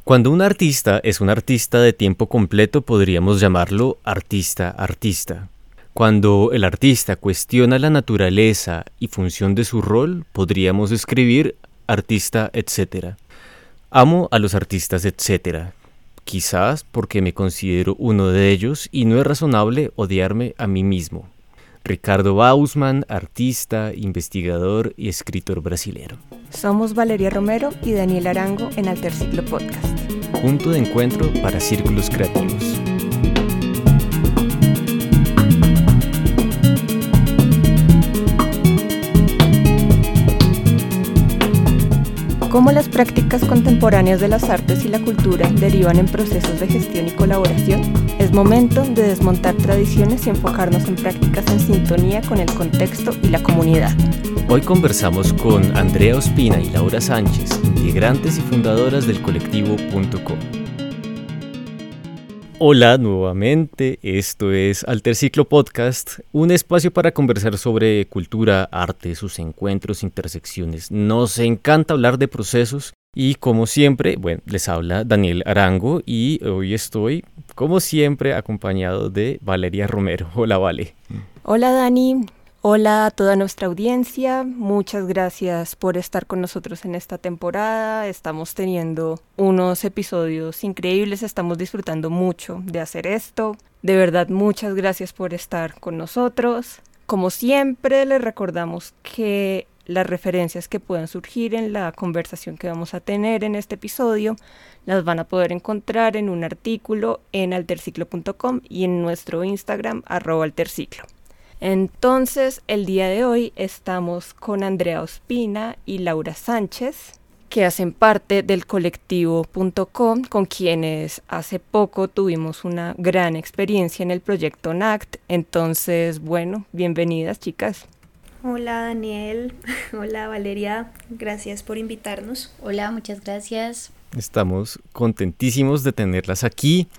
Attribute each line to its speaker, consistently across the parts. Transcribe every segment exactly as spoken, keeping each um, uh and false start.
Speaker 1: Cuando un artista es un artista de tiempo completo, podríamos llamarlo artista-artista. Cuando el artista cuestiona la naturaleza y función de su rol, podríamos escribir artista, etcétera. Amo a los artistas, etcétera. Quizás porque me considero uno de ellos y no es razonable odiarme a mí mismo. Ricardo Bausman, artista, investigador y escritor brasilero.
Speaker 2: Somos Valeria Romero y Daniel Arango en Alterciclo Podcast.
Speaker 1: Punto de encuentro para círculos creativos.
Speaker 2: ¿Cómo las prácticas contemporáneas de las artes y la cultura derivan en procesos de gestión y colaboración? Es momento de desmontar tradiciones y enfocarnos en prácticas en sintonía con el contexto y la comunidad.
Speaker 1: Hoy conversamos con Andrea Ospina y Laura Sánchez, integrantes y fundadoras del colectivo punto com. Hola nuevamente, esto es Alterciclo Podcast, un espacio para conversar sobre cultura, arte, sus encuentros, intersecciones. Nos encanta hablar de procesos y como siempre, bueno, les habla Daniel Arango y hoy estoy, como siempre, acompañado de Valeria Romero. Hola, Vale.
Speaker 2: Hola, Dani. Hola a toda nuestra audiencia, muchas gracias por estar con nosotros en esta temporada. Estamos teniendo unos episodios increíbles, estamos disfrutando mucho de hacer esto. De verdad, muchas gracias por estar con nosotros. Como siempre, les recordamos que las referencias que puedan surgir en la conversación que vamos a tener en este episodio las van a poder encontrar en un artículo en alterciclo punto com y en nuestro Instagram, arroba alterciclo. Entonces, el día de hoy estamos con Andrea Ospina y Laura Sánchez, que hacen parte del colectivo punto com, con quienes hace poco tuvimos una gran experiencia en el proyecto N A C T. Entonces, bueno, bienvenidas, chicas.
Speaker 3: Hola, Daniel. Hola, Valeria. Gracias por invitarnos.
Speaker 4: Hola, muchas gracias.
Speaker 1: Estamos contentísimos de tenerlas aquí.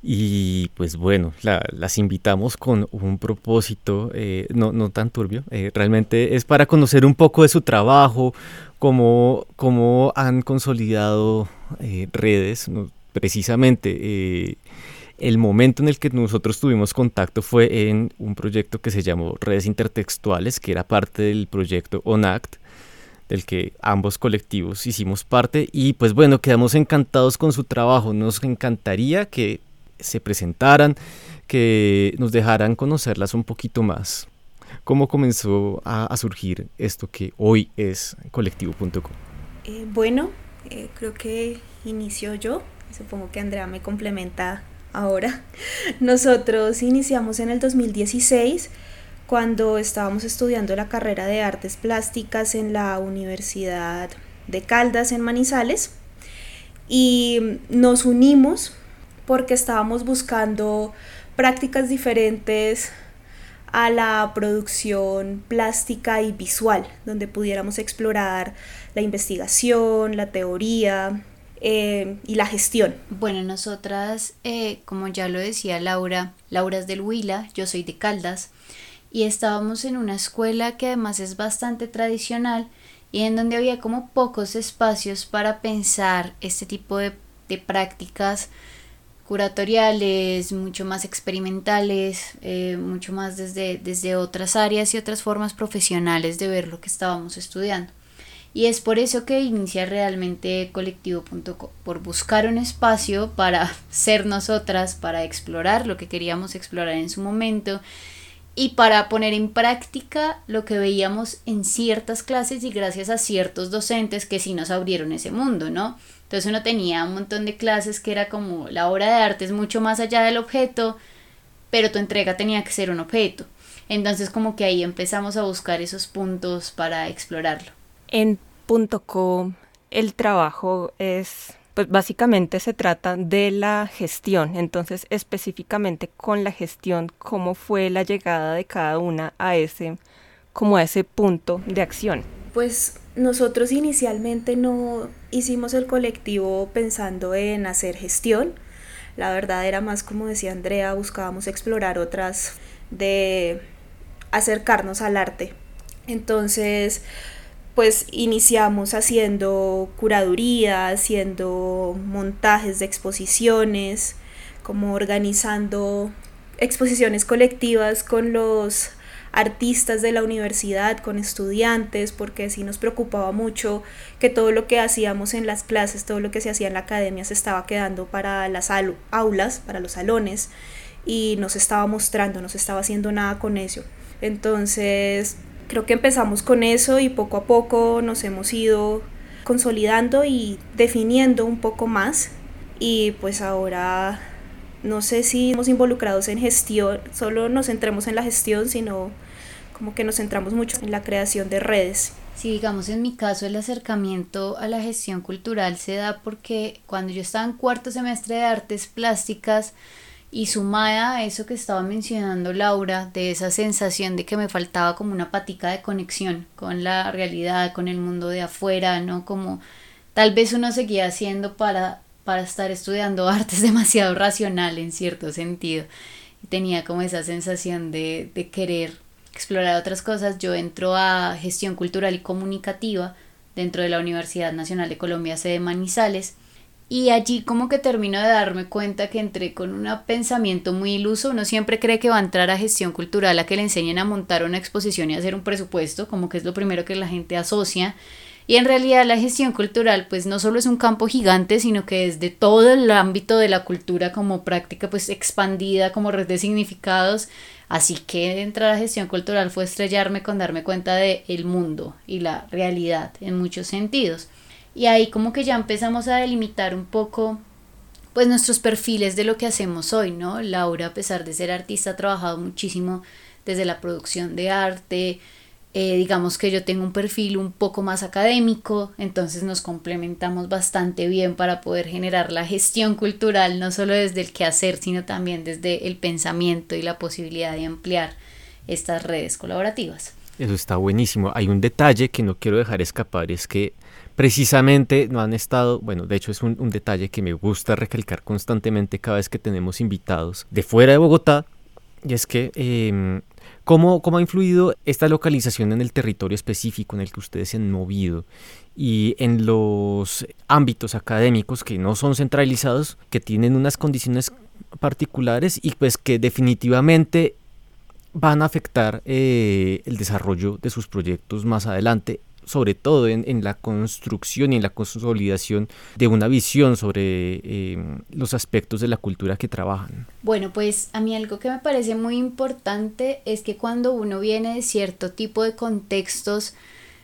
Speaker 1: Y pues bueno, la, las invitamos con un propósito eh, no, no tan turbio, eh, realmente es para conocer un poco de su trabajo, cómo, cómo han consolidado eh, redes, ¿no? Precisamente eh, el momento en el que nosotros tuvimos contacto fue en un proyecto que se llamó Redes Intertextuales, que era parte del proyecto O N A C T, del que ambos colectivos hicimos parte y pues bueno, quedamos encantados con su trabajo, nos encantaría que se presentaran, que nos dejaran conocerlas un poquito más. ¿Cómo comenzó a, a surgir esto que hoy es colectivo punto com?
Speaker 3: Eh, bueno, eh, creo que inicio yo, supongo que Andrea me complementa ahora. Nosotros iniciamos en el dos mil dieciséis, cuando estábamos estudiando la carrera de Artes Plásticas en la Universidad de Caldas en Manizales, y nos unimos porque estábamos buscando prácticas diferentes a la producción plástica y visual, donde pudiéramos explorar la investigación, la teoría eh, y la gestión.
Speaker 4: Bueno, nosotras, eh, como ya lo decía Laura, Laura es del Huila, yo soy de Caldas, y estábamos en una escuela que además es bastante tradicional y en donde había como pocos espacios para pensar este tipo de, de prácticas curatoriales, mucho más experimentales, eh, mucho más desde, desde otras áreas y otras formas profesionales de ver lo que estábamos estudiando. Y es por eso que inicia realmente colectivo punto com, por buscar un espacio para ser nosotras, para explorar lo que queríamos explorar en su momento y para poner en práctica lo que veíamos en ciertas clases y gracias a ciertos docentes que sí nos abrieron ese mundo, ¿no? Entonces uno tenía un montón de clases que era como la obra de arte es mucho más allá del objeto, pero tu entrega tenía que ser un objeto. Entonces como que ahí empezamos a buscar esos puntos para explorarlo.
Speaker 2: En punto com el trabajo es, pues básicamente se trata de la gestión. Entonces específicamente con la gestión, ¿cómo fue la llegada de cada una a ese, como a ese punto de acción?
Speaker 3: Pues nosotros inicialmente no hicimos el colectivo pensando en hacer gestión. La verdad era más, como decía Andrea, buscábamos explorar otras de acercarnos al arte. Entonces pues iniciamos haciendo curaduría, haciendo montajes de exposiciones, como organizando exposiciones colectivas con los artistas de la universidad, con estudiantes, porque sí nos preocupaba mucho que todo lo que hacíamos en las clases, todo lo que se hacía en la academia se estaba quedando para las aulas, para los salones, y no se estaba mostrando, no se estaba haciendo nada con eso. Entonces creo que empezamos con eso y poco a poco nos hemos ido consolidando y definiendo un poco más, y pues ahora no sé si estamos involucrados en gestión, solo nos centremos en la gestión, sino como que nos centramos mucho en la creación de redes.
Speaker 4: Sí, digamos en mi caso el acercamiento a la gestión cultural se da porque cuando yo estaba en cuarto semestre de artes plásticas, y sumada a eso que estaba mencionando Laura, de esa sensación de que me faltaba como una patica de conexión con la realidad, con el mundo de afuera, ¿no? Como tal vez uno seguía haciendo para, para estar estudiando artes demasiado racional en cierto sentido. Y tenía como esa sensación de, de querer explorar otras cosas. Yo entro a gestión cultural y comunicativa dentro de la Universidad Nacional de Colombia, sede Manizales. Y allí como que termino de darme cuenta que entré con un pensamiento muy iluso. Uno siempre cree que va a entrar a gestión cultural a que le enseñen a montar una exposición y hacer un presupuesto, como que es lo primero que la gente asocia. Y en realidad la gestión cultural pues no solo es un campo gigante, sino que es de todo el ámbito de la cultura como práctica pues expandida, como red de significados. Así que entrar a gestión cultural fue estrellarme con darme cuenta del mundo y la realidad en muchos sentidos. Y ahí como que ya empezamos a delimitar un poco pues nuestros perfiles de lo que hacemos hoy, ¿no? Laura, a pesar de ser artista, ha trabajado muchísimo desde la producción de arte. Eh, digamos que yo tengo un perfil un poco más académico, entonces nos complementamos bastante bien para poder generar la gestión cultural, no solo desde el quehacer, sino también desde el pensamiento y la posibilidad de ampliar estas redes colaborativas.
Speaker 1: Eso está buenísimo. Hay un detalle que no quiero dejar escapar, es que precisamente no han estado, bueno, de hecho es un, un detalle que me gusta recalcar constantemente cada vez que tenemos invitados de fuera de Bogotá, y es que eh, ¿cómo, cómo ha influido esta localización en el territorio específico en el que ustedes se han movido y en los ámbitos académicos que no son centralizados, que tienen unas condiciones particulares y pues que definitivamente van a afectar eh, el desarrollo de sus proyectos más adelante, sobre todo en, en la construcción y en la consolidación de una visión sobre eh, los aspectos de la cultura que trabajan?
Speaker 4: Bueno, pues a mí algo que me parece muy importante es que cuando uno viene de cierto tipo de contextos,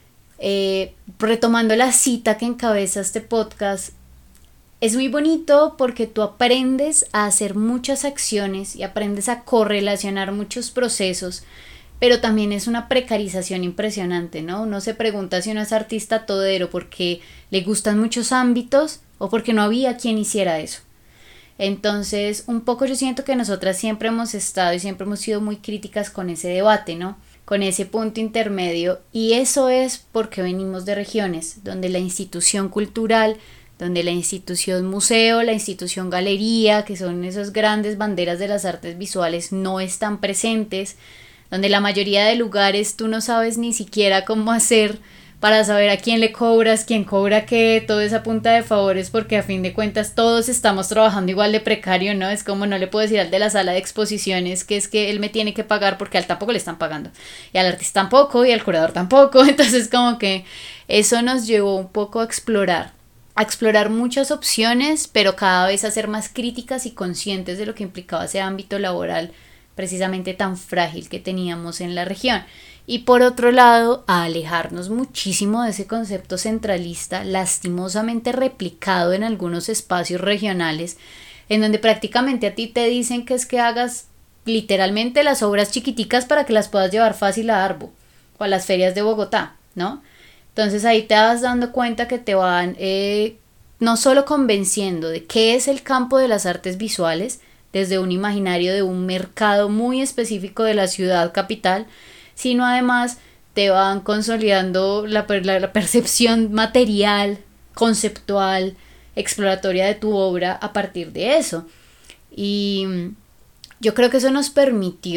Speaker 4: eh, retomando la cita que encabeza este podcast, es muy bonito porque tú aprendes a hacer muchas acciones y aprendes a correlacionar muchos procesos, pero también es una precarización impresionante, ¿no? Uno se pregunta si uno es artista todero porque le gustan muchos ámbitos o porque no había quien hiciera eso. Entonces, un poco yo siento que nosotras siempre hemos estado y siempre hemos sido muy críticas con ese debate, ¿no? Con ese punto intermedio, y eso es porque venimos de regiones donde la institución cultural, donde la institución museo, la institución galería, que son esas grandes banderas de las artes visuales, no están presentes, donde la mayoría de lugares tú no sabes ni siquiera cómo hacer para saber a quién le cobras, quién cobra qué, todo es a punta de favores, porque a fin de cuentas todos estamos trabajando igual de precario, ¿no? Es como no le puedo decir al de la sala de exposiciones que es que él me tiene que pagar porque a él tampoco le están pagando, y al artista tampoco, y al curador tampoco, entonces como que eso nos llevó un poco a explorar a explorar muchas opciones, pero cada vez a ser más críticas y conscientes de lo que implicaba ese ámbito laboral precisamente tan frágil que teníamos en la región. Y por otro lado, a alejarnos muchísimo de ese concepto centralista, lastimosamente replicado en algunos espacios regionales, en donde prácticamente a ti te dicen que es que hagas literalmente las obras chiquiticas para que las puedas llevar fácil a Arbo o a las ferias de Bogotá, ¿no? Entonces ahí te vas dando cuenta que te van eh, no solo convenciendo de qué es el campo de las artes visuales, desde un imaginario de un mercado muy específico de la ciudad capital, sino además te van consolidando la, la, la percepción material, conceptual, exploratoria de tu obra a partir de eso. Y yo creo que eso nos permitió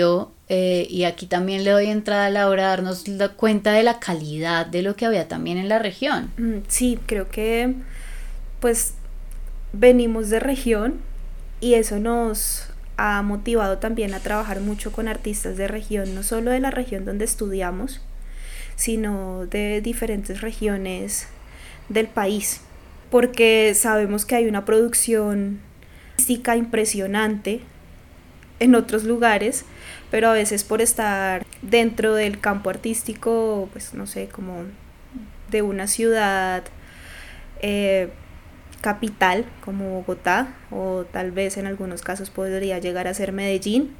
Speaker 4: eh, y aquí también le doy entrada a Laura a darnos la cuenta de la calidad de lo que había también en la región.
Speaker 3: Sí, creo que pues venimos de región y eso nos ha motivado también a trabajar mucho con artistas de región, no solo de la región donde estudiamos, sino de diferentes regiones del país, porque sabemos que hay una producción artística impresionante en otros lugares, pero a veces por estar dentro del campo artístico, pues no sé, como de una ciudad eh, capital como Bogotá, o tal vez en algunos casos podría llegar a ser Medellín,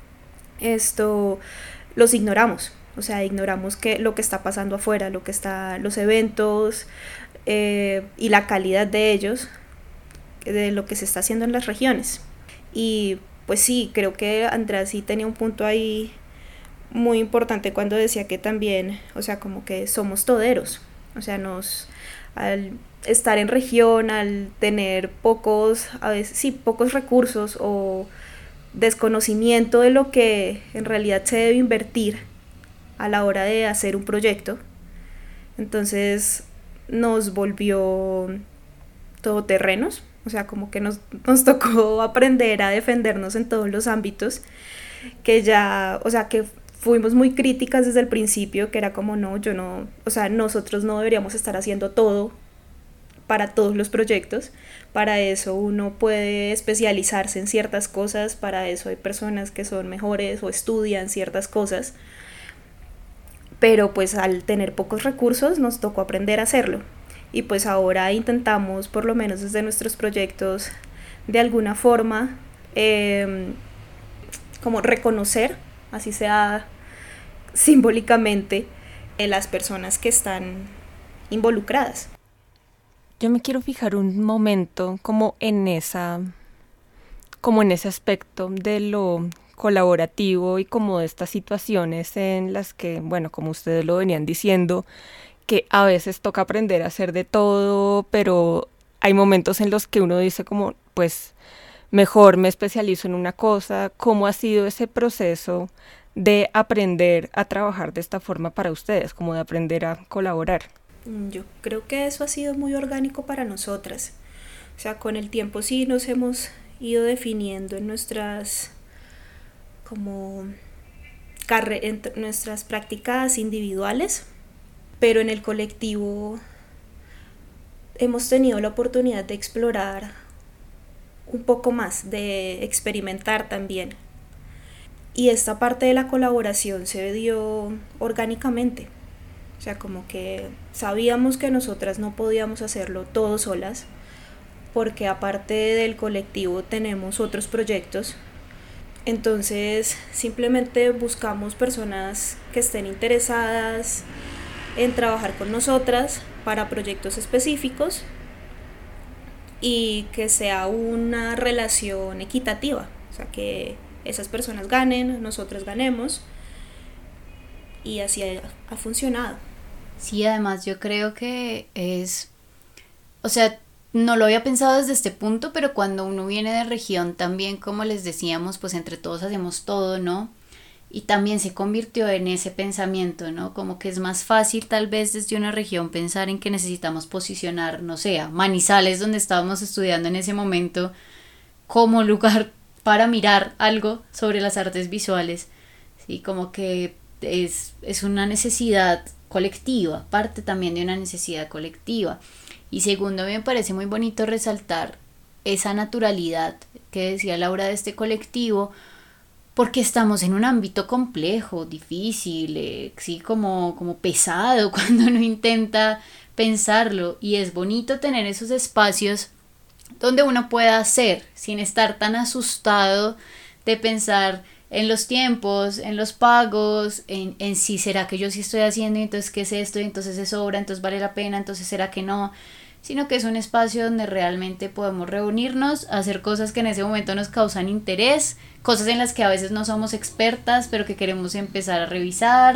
Speaker 3: esto los ignoramos, o sea, ignoramos que lo que está pasando afuera, lo que está, los eventos eh, y la calidad de ellos, de lo que se está haciendo en las regiones. Y pues sí, creo que Andrea sí tenía un punto ahí muy importante cuando decía que también, o sea, como que somos toderos, o sea, nos, al estar en región, al tener pocos, a veces sí, pocos recursos o desconocimiento de lo que en realidad se debe invertir a la hora de hacer un proyecto, entonces nos volvió todoterrenos. O sea, como que nos, nos tocó aprender a defendernos en todos los ámbitos, que ya, o sea, que fuimos muy críticas desde el principio, que era como, no, yo no, o sea, nosotros no deberíamos estar haciendo todo para todos los proyectos, para eso uno puede especializarse en ciertas cosas, para eso hay personas que son mejores o estudian ciertas cosas, pero pues al tener pocos recursos nos tocó aprender a hacerlo. Y pues ahora intentamos, por lo menos desde nuestros proyectos, de alguna forma, eh, como reconocer, así sea simbólicamente, eh, las personas que están involucradas.
Speaker 2: Yo me quiero fijar un momento como en esa, como en ese aspecto de lo colaborativo y como de estas situaciones en las que, bueno, como ustedes lo venían diciendo, que a veces toca aprender a hacer de todo, pero hay momentos en los que uno dice como, pues, mejor me especializo en una cosa. ¿Cómo ha sido ese proceso de aprender a trabajar de esta forma para ustedes, como de aprender a colaborar?
Speaker 3: Yo creo que eso ha sido muy orgánico para nosotras. O sea, con el tiempo sí nos hemos ido definiendo en nuestras, como, carre- en t- nuestras prácticas individuales, pero en el colectivo hemos tenido la oportunidad de explorar un poco más, de experimentar también. Y esta parte de la colaboración se dio orgánicamente. O sea, como que sabíamos que nosotras no podíamos hacerlo todo solas, porque aparte del colectivo tenemos otros proyectos. Entonces simplemente buscamos personas que estén interesadas en trabajar con nosotras para proyectos específicos y que sea una relación equitativa, o sea, que esas personas ganen, nosotras ganemos, y así ha, ha funcionado.
Speaker 4: Sí, además yo creo que es, o sea, no lo había pensado desde este punto, pero cuando uno viene de región también, como les decíamos, pues entre todos hacemos todo, ¿no? Y también se convirtió en ese pensamiento, ¿no? Como que es más fácil tal vez desde una región pensar en que necesitamos posicionar, no sé, a Manizales, donde estábamos estudiando en ese momento, como lugar para mirar algo sobre las artes visuales, ¿sí? Como que es, es una necesidad colectiva, parte también de una necesidad colectiva. Y segundo, me parece muy bonito resaltar esa naturalidad que decía Laura de este colectivo, porque estamos en un ámbito complejo, difícil, eh, sí, como, como pesado cuando uno intenta pensarlo, y es bonito tener esos espacios donde uno pueda hacer sin estar tan asustado de pensar en los tiempos, en los pagos, en, en si será que yo sí estoy haciendo y entonces qué es esto y entonces es obra, entonces vale la pena, entonces será que no, sino que es un espacio donde realmente podemos reunirnos, hacer cosas que en ese momento nos causan interés, cosas en las que a veces no somos expertas pero que queremos empezar a revisar,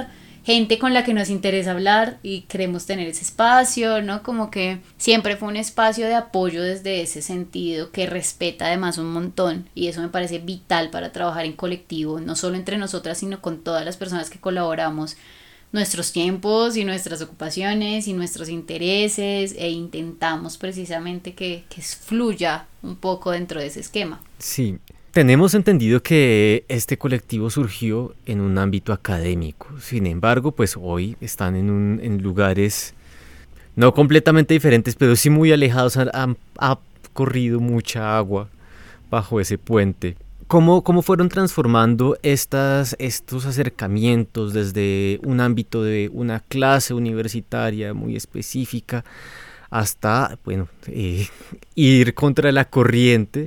Speaker 4: gente con la que nos interesa hablar y queremos tener ese espacio, ¿no? Como que siempre fue un espacio de apoyo desde ese sentido que respeta además un montón, y eso me parece vital para trabajar en colectivo, no solo entre nosotras sino con todas las personas que colaboramos, nuestros tiempos y nuestras ocupaciones y nuestros intereses, e intentamos precisamente que, que fluya un poco dentro de ese esquema.
Speaker 1: Sí. Tenemos entendido que este colectivo surgió en un ámbito académico, sin embargo, pues hoy están en, un, en lugares no completamente diferentes, pero sí muy alejados, ha, ha corrido mucha agua bajo ese puente. ¿Cómo, cómo fueron transformando estas, estos acercamientos desde un ámbito de una clase universitaria muy específica hasta, bueno, eh, ir contra la corriente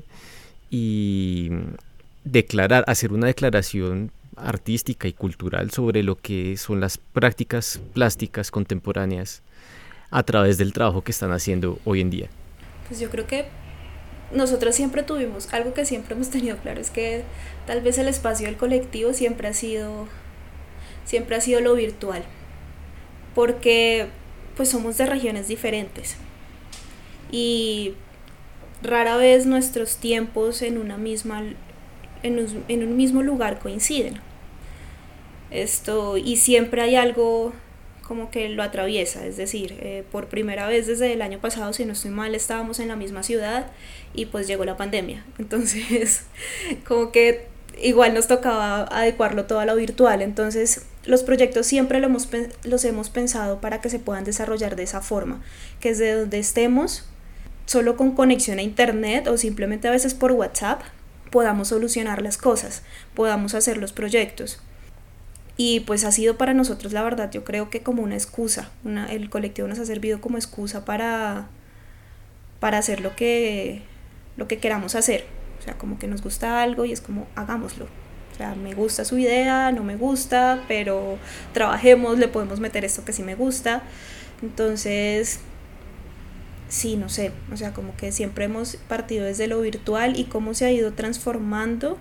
Speaker 1: y declarar, hacer una declaración artística y cultural sobre lo que son las prácticas plásticas contemporáneas a través del trabajo que están haciendo hoy en día?
Speaker 3: Pues yo creo que nosotros siempre tuvimos, algo que siempre hemos tenido claro, es que tal vez el espacio del colectivo siempre ha sido, siempre ha sido lo virtual, porque pues somos de regiones diferentes y rara vez nuestros tiempos en una misma en un, en un mismo lugar coinciden. Esto, y siempre hay algo como que lo atraviesa, es decir, eh, por primera vez desde el año pasado, si no estoy mal, estábamos en la misma ciudad y pues llegó la pandemia. Entonces, como que igual nos tocaba adecuarlo todo a lo virtual. Entonces, los proyectos siempre lo hemos, los hemos pensado para que se puedan desarrollar de esa forma, que es de donde estemos, solo con conexión a internet o simplemente a veces por WhatsApp, podamos solucionar las cosas, podamos hacer los proyectos. Y pues ha sido para nosotros, la verdad, yo creo que como una excusa, una, el colectivo nos ha servido como excusa para, para hacer lo que, lo que queramos hacer. O sea, como que nos gusta algo y es como, hagámoslo. O sea, me gusta su idea, no me gusta, pero trabajemos, le podemos meter esto que sí me gusta. Entonces, sí, no sé, o sea, como que siempre hemos partido desde lo virtual y cómo se ha ido transformando.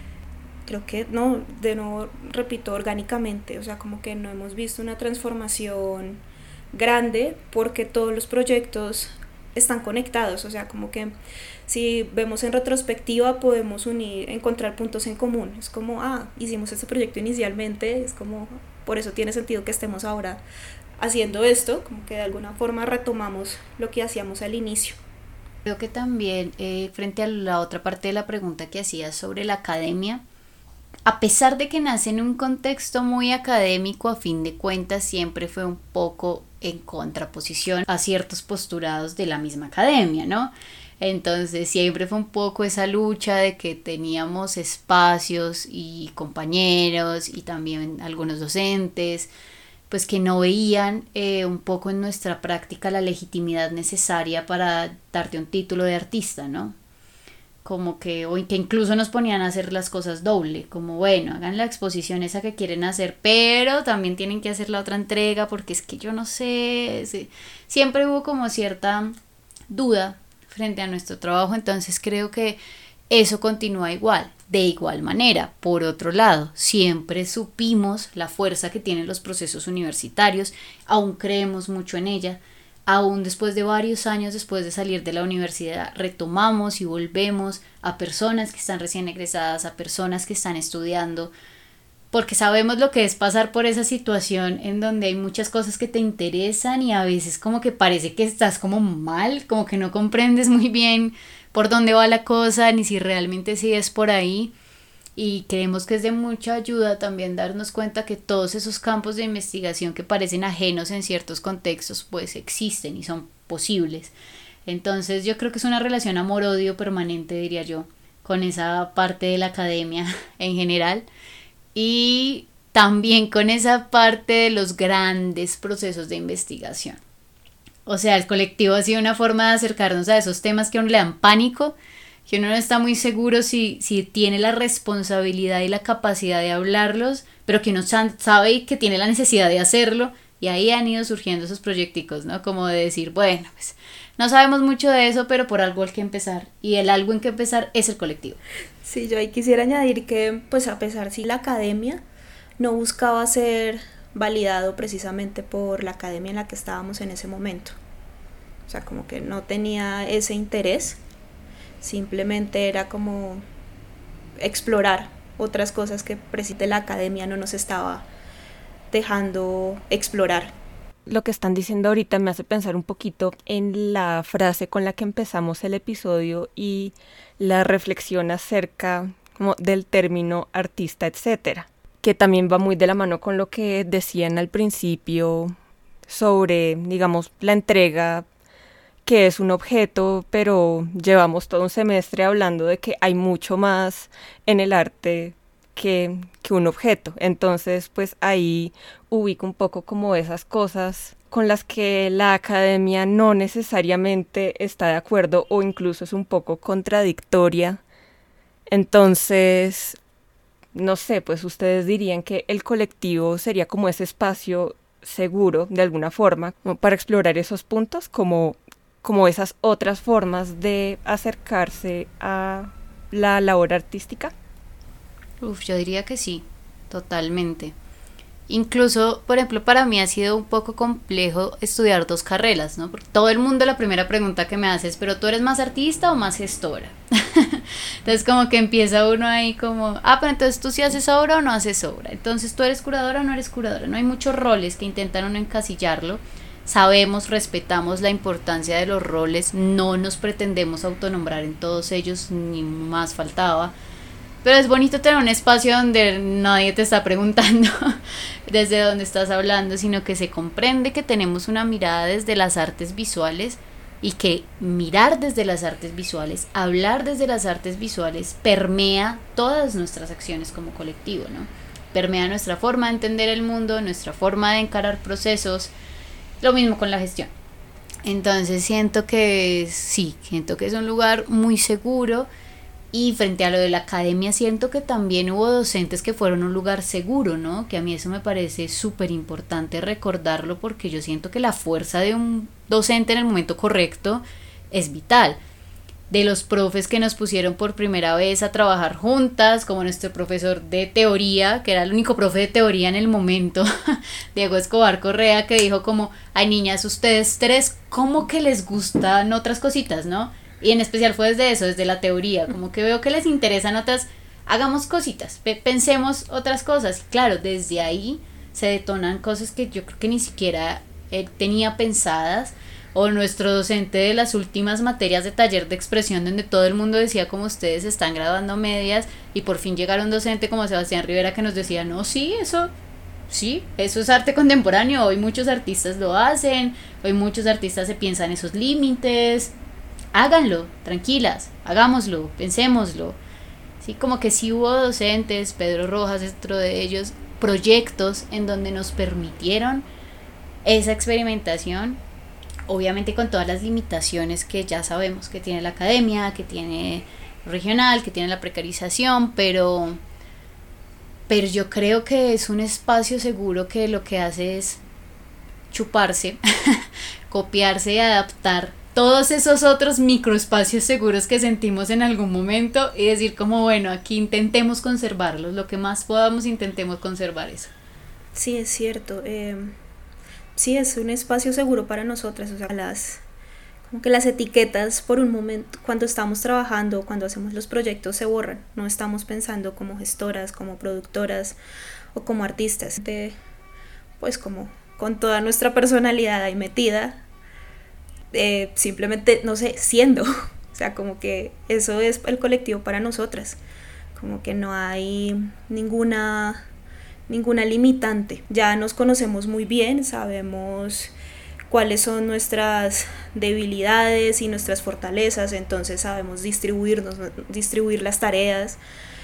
Speaker 3: Creo que, no, de nuevo, repito, orgánicamente, o sea, como que no hemos visto una transformación grande porque todos los proyectos están conectados, o sea, como que si vemos en retrospectiva podemos unir, encontrar puntos en común, es como, ah, hicimos este proyecto inicialmente, es como, por eso tiene sentido que estemos ahora haciendo esto, como que de alguna forma retomamos lo que hacíamos al inicio.
Speaker 4: Creo que también, eh, frente a la otra parte de la pregunta que hacías sobre la academia, a pesar de que nace en un contexto muy académico, a fin de cuentas siempre fue un poco en contraposición a ciertos postulados de la misma academia, ¿no? Entonces siempre fue un poco esa lucha de que teníamos espacios y compañeros y también algunos docentes, pues que no veían eh, un poco en nuestra práctica la legitimidad necesaria para darte un título de artista, ¿no? Como que, o que incluso nos ponían a hacer las cosas doble, como bueno, hagan la exposición esa que quieren hacer, pero también tienen que hacer la otra entrega, porque es que yo no sé, sí. Siempre hubo como cierta duda frente a nuestro trabajo, entonces creo que eso continúa igual, de igual manera. Por otro lado, siempre supimos la fuerza que tienen los procesos universitarios, aún creemos mucho en ella. Aún después de varios años después de salir de la universidad, retomamos y volvemos a personas que están recién egresadas, a personas que están estudiando, porque sabemos lo que es pasar por esa situación en donde hay muchas cosas que te interesan y a veces como que parece que estás como mal, como que no comprendes muy bien por dónde va la cosa, ni si realmente sí es por ahí. Y creemos que es de mucha ayuda también darnos cuenta que todos esos campos de investigación que parecen ajenos en ciertos contextos pues existen y son posibles. Entonces yo creo que es una relación amor-odio permanente, diría yo, con esa parte de la academia en general y también con esa parte de los grandes procesos de investigación. O sea, el colectivo ha sido una forma de acercarnos a esos temas que a uno le dan pánico, que uno no está muy seguro si, si tiene la responsabilidad y la capacidad de hablarlos, pero que uno sabe que tiene la necesidad de hacerlo, y ahí han ido surgiendo esos proyecticos, ¿no? Como de decir, bueno, pues no sabemos mucho de eso, pero por algo hay que empezar, y el algo en que empezar es el colectivo.
Speaker 3: Sí, yo ahí quisiera añadir que, pues a pesar si la academia no buscaba ser validado precisamente por la academia en la que estábamos en ese momento. O sea, como que no tenía ese interés, simplemente era como explorar otras cosas que precisamente la academia no nos estaba dejando explorar.
Speaker 2: Lo que están diciendo ahorita me hace pensar un poquito en la frase con la que empezamos el episodio y la reflexión acerca como del término artista, etcétera, que también va muy de la mano con lo que decían al principio sobre, digamos, la entrega, que es un objeto, pero llevamos todo un semestre hablando de que hay mucho más en el arte que, que un objeto. Entonces, pues ahí ubico un poco como esas cosas con las que la academia no necesariamente está de acuerdo o incluso es un poco contradictoria. Entonces, no sé, pues ustedes dirían que el colectivo sería como ese espacio seguro, de alguna forma, como para explorar esos puntos, como, como esas otras formas de acercarse a la labor artística.
Speaker 4: Uf, yo diría que sí, totalmente. Incluso, por ejemplo, para mí ha sido un poco complejo estudiar dos carreras, ¿no? Porque todo el mundo la primera pregunta que me hace es, ¿pero tú eres más artista o más gestora? Entonces como que empieza uno ahí como, ah, pero entonces tú sí haces obra o no haces obra. Entonces tú eres curadora o no eres curadora. No hay muchos roles que intentan uno encasillarlo. Sabemos, respetamos la importancia de los roles, no nos pretendemos autonombrar en todos ellos, ni más faltaba. Pero es bonito tener un espacio donde nadie te está preguntando desde dónde estás hablando, sino que se comprende que tenemos una mirada desde las artes visuales y que mirar desde las artes visuales, hablar desde las artes visuales, permea todas nuestras acciones como colectivo, ¿no? Permea nuestra forma de entender el mundo, nuestra forma de encarar procesos, lo mismo con la gestión. Entonces siento que sí, siento que es un lugar muy seguro. Y frente a lo de la academia siento que también hubo docentes que fueron un lugar seguro, ¿no? Que a mí eso me parece súper importante recordarlo porque yo siento que la fuerza de un docente en el momento correcto es vital. De los profes que nos pusieron por primera vez a trabajar juntas, como nuestro profesor de teoría, que era el único profe de teoría en el momento, Diego Escobar Correa, que dijo como, ay niñas, ustedes tres, ¿cómo que les gustan otras cositas, no? Y en especial fue desde eso, desde la teoría, como que veo que les interesan otras, hagamos cositas, pe- pensemos otras cosas. Y claro, desde ahí se detonan cosas que yo creo que ni siquiera eh, tenía pensadas. O nuestro docente de las últimas materias de taller de expresión, donde todo el mundo decía como ustedes están graduando medias, y por fin llegaron un docente como Sebastián Rivera que nos decía, no, sí, eso... Sí, eso es arte contemporáneo, hoy muchos artistas lo hacen, hoy muchos artistas se piensan esos límites, háganlo, tranquilas, hagámoslo, pensémoslo. Sí, como que sí hubo docentes, Pedro Rojas dentro de ellos, proyectos en donde nos permitieron esa experimentación, obviamente con todas las limitaciones que ya sabemos que tiene la academia, que tiene regional, que tiene la precarización, pero, pero yo creo que es un espacio seguro que lo que hace es chuparse, copiarse y adaptar todos esos otros microespacios seguros que sentimos en algún momento y decir como, bueno, aquí intentemos conservarlos, lo que más podamos intentemos conservar eso.
Speaker 3: Sí, es cierto. Eh, sí, es un espacio seguro para nosotras, o sea, las, como que las etiquetas por un momento, cuando estamos trabajando, cuando hacemos los proyectos se borran, no estamos pensando como gestoras, como productoras o como artistas, de, pues como con toda nuestra personalidad ahí metida. Eh, simplemente, no sé, siendo, o sea, como que eso es el colectivo para nosotras, como que no hay ninguna, ninguna limitante, ya nos conocemos muy bien, sabemos cuáles son nuestras debilidades y nuestras fortalezas, entonces sabemos distribuirnos, distribuir las tareas,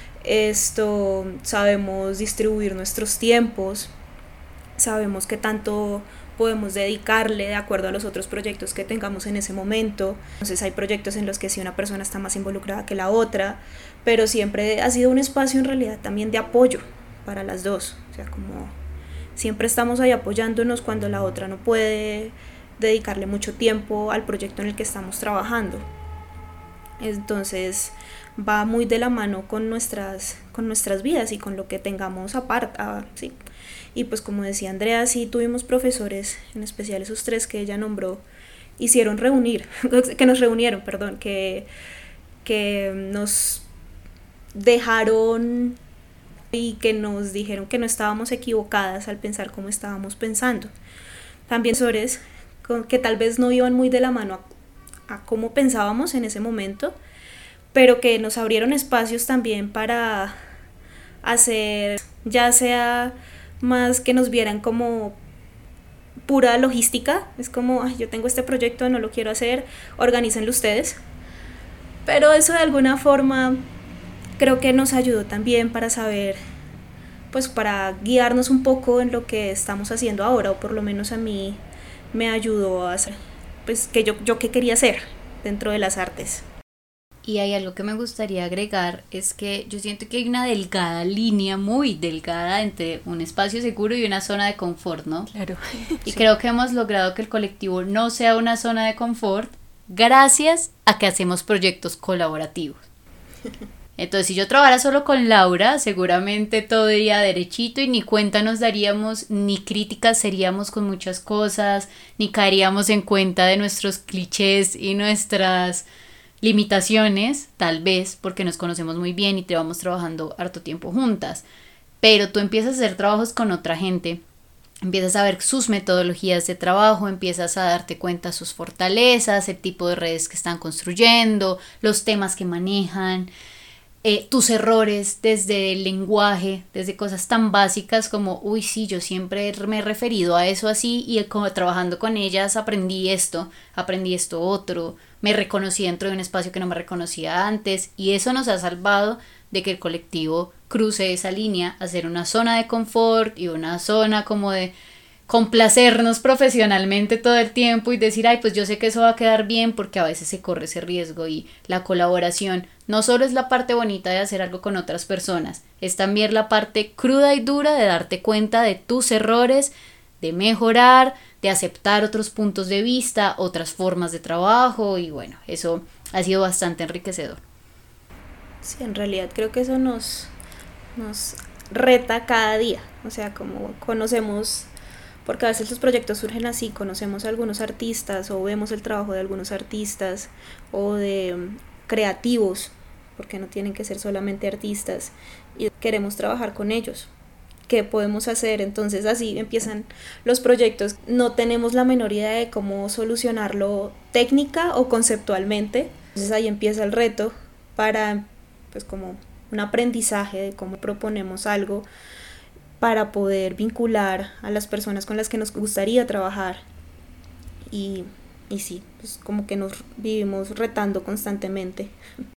Speaker 3: esto, sabemos distribuir nuestros tiempos, sabemos qué tanto podemos dedicarle de acuerdo a los otros proyectos que tengamos en ese momento. Entonces hay proyectos en los que sí una persona está más involucrada que la otra, pero siempre ha sido un espacio en realidad también de apoyo para las dos, o sea, como siempre estamos ahí apoyándonos cuando la otra no puede dedicarle mucho tiempo al proyecto en el que estamos trabajando. Entonces va muy de la mano con nuestras, con nuestras vidas y con lo que tengamos aparte, ¿sí? Y pues como decía Andrea, sí tuvimos profesores, en especial esos tres que ella nombró, hicieron reunir, que nos reunieron, perdón, que, que nos dejaron y que nos dijeron que no estábamos equivocadas al pensar como estábamos pensando. También profesores que tal vez no iban muy de la mano a, a cómo pensábamos en ese momento, pero que nos abrieron espacios también para hacer, ya sea más que nos vieran como pura logística, es como, ay, yo tengo este proyecto, no lo quiero hacer, organícenlo ustedes. Pero eso de alguna forma creo que nos ayudó también para saber, pues para guiarnos un poco en lo que estamos haciendo ahora, o por lo menos a mí me ayudó a hacer, pues que yo, yo qué quería hacer dentro de las artes.
Speaker 4: Y hay algo que me gustaría agregar, es que yo siento que hay una delgada línea, muy delgada, entre un espacio seguro y una zona de confort, ¿no?
Speaker 2: Claro.
Speaker 4: Y
Speaker 2: Sí.
Speaker 4: creo que hemos logrado que el colectivo no sea una zona de confort gracias a que hacemos proyectos colaborativos. Entonces, si yo trabajara solo con Laura, seguramente todo iría derechito y ni cuenta nos daríamos, ni críticas seríamos con muchas cosas, ni caeríamos en cuenta de nuestros clichés y nuestras limitaciones, tal vez porque nos conocemos muy bien y te vamos trabajando harto tiempo juntas, pero tú empiezas a hacer trabajos con otra gente, empiezas a ver sus metodologías de trabajo, empiezas a darte cuenta sus fortalezas, el tipo de redes que están construyendo, los temas que manejan, eh, tus errores desde el lenguaje, desde cosas tan básicas como, uy, sí, yo siempre me he referido a eso así y como trabajando con ellas aprendí esto, aprendí esto otro, me reconocí dentro de un espacio que no me reconocía antes, y eso nos ha salvado de que el colectivo cruce esa línea a ser una zona de confort y una zona como de complacernos profesionalmente todo el tiempo y decir, ay, pues yo sé que eso va a quedar bien, porque a veces se corre ese riesgo. Y la colaboración no solo es la parte bonita de hacer algo con otras personas, es también la parte cruda y dura de darte cuenta de tus errores, de mejorar, de aceptar otros puntos de vista, otras formas de trabajo, y bueno, eso ha sido bastante enriquecedor.
Speaker 3: Sí, en realidad creo que eso nos, nos reta cada día, o sea, como conocemos, porque a veces los proyectos surgen así, conocemos a algunos artistas o vemos el trabajo de algunos artistas o de um, creativos, porque no tienen que ser solamente artistas, y queremos trabajar con ellos. ¿Qué podemos hacer? Entonces así empiezan los proyectos. No tenemos la menor idea de cómo solucionarlo técnica o conceptualmente. Entonces ahí empieza el reto para, pues, como un aprendizaje de cómo proponemos algo para poder vincular a las personas con las que nos gustaría trabajar. Y, y sí, pues como que nos vivimos retando constantemente.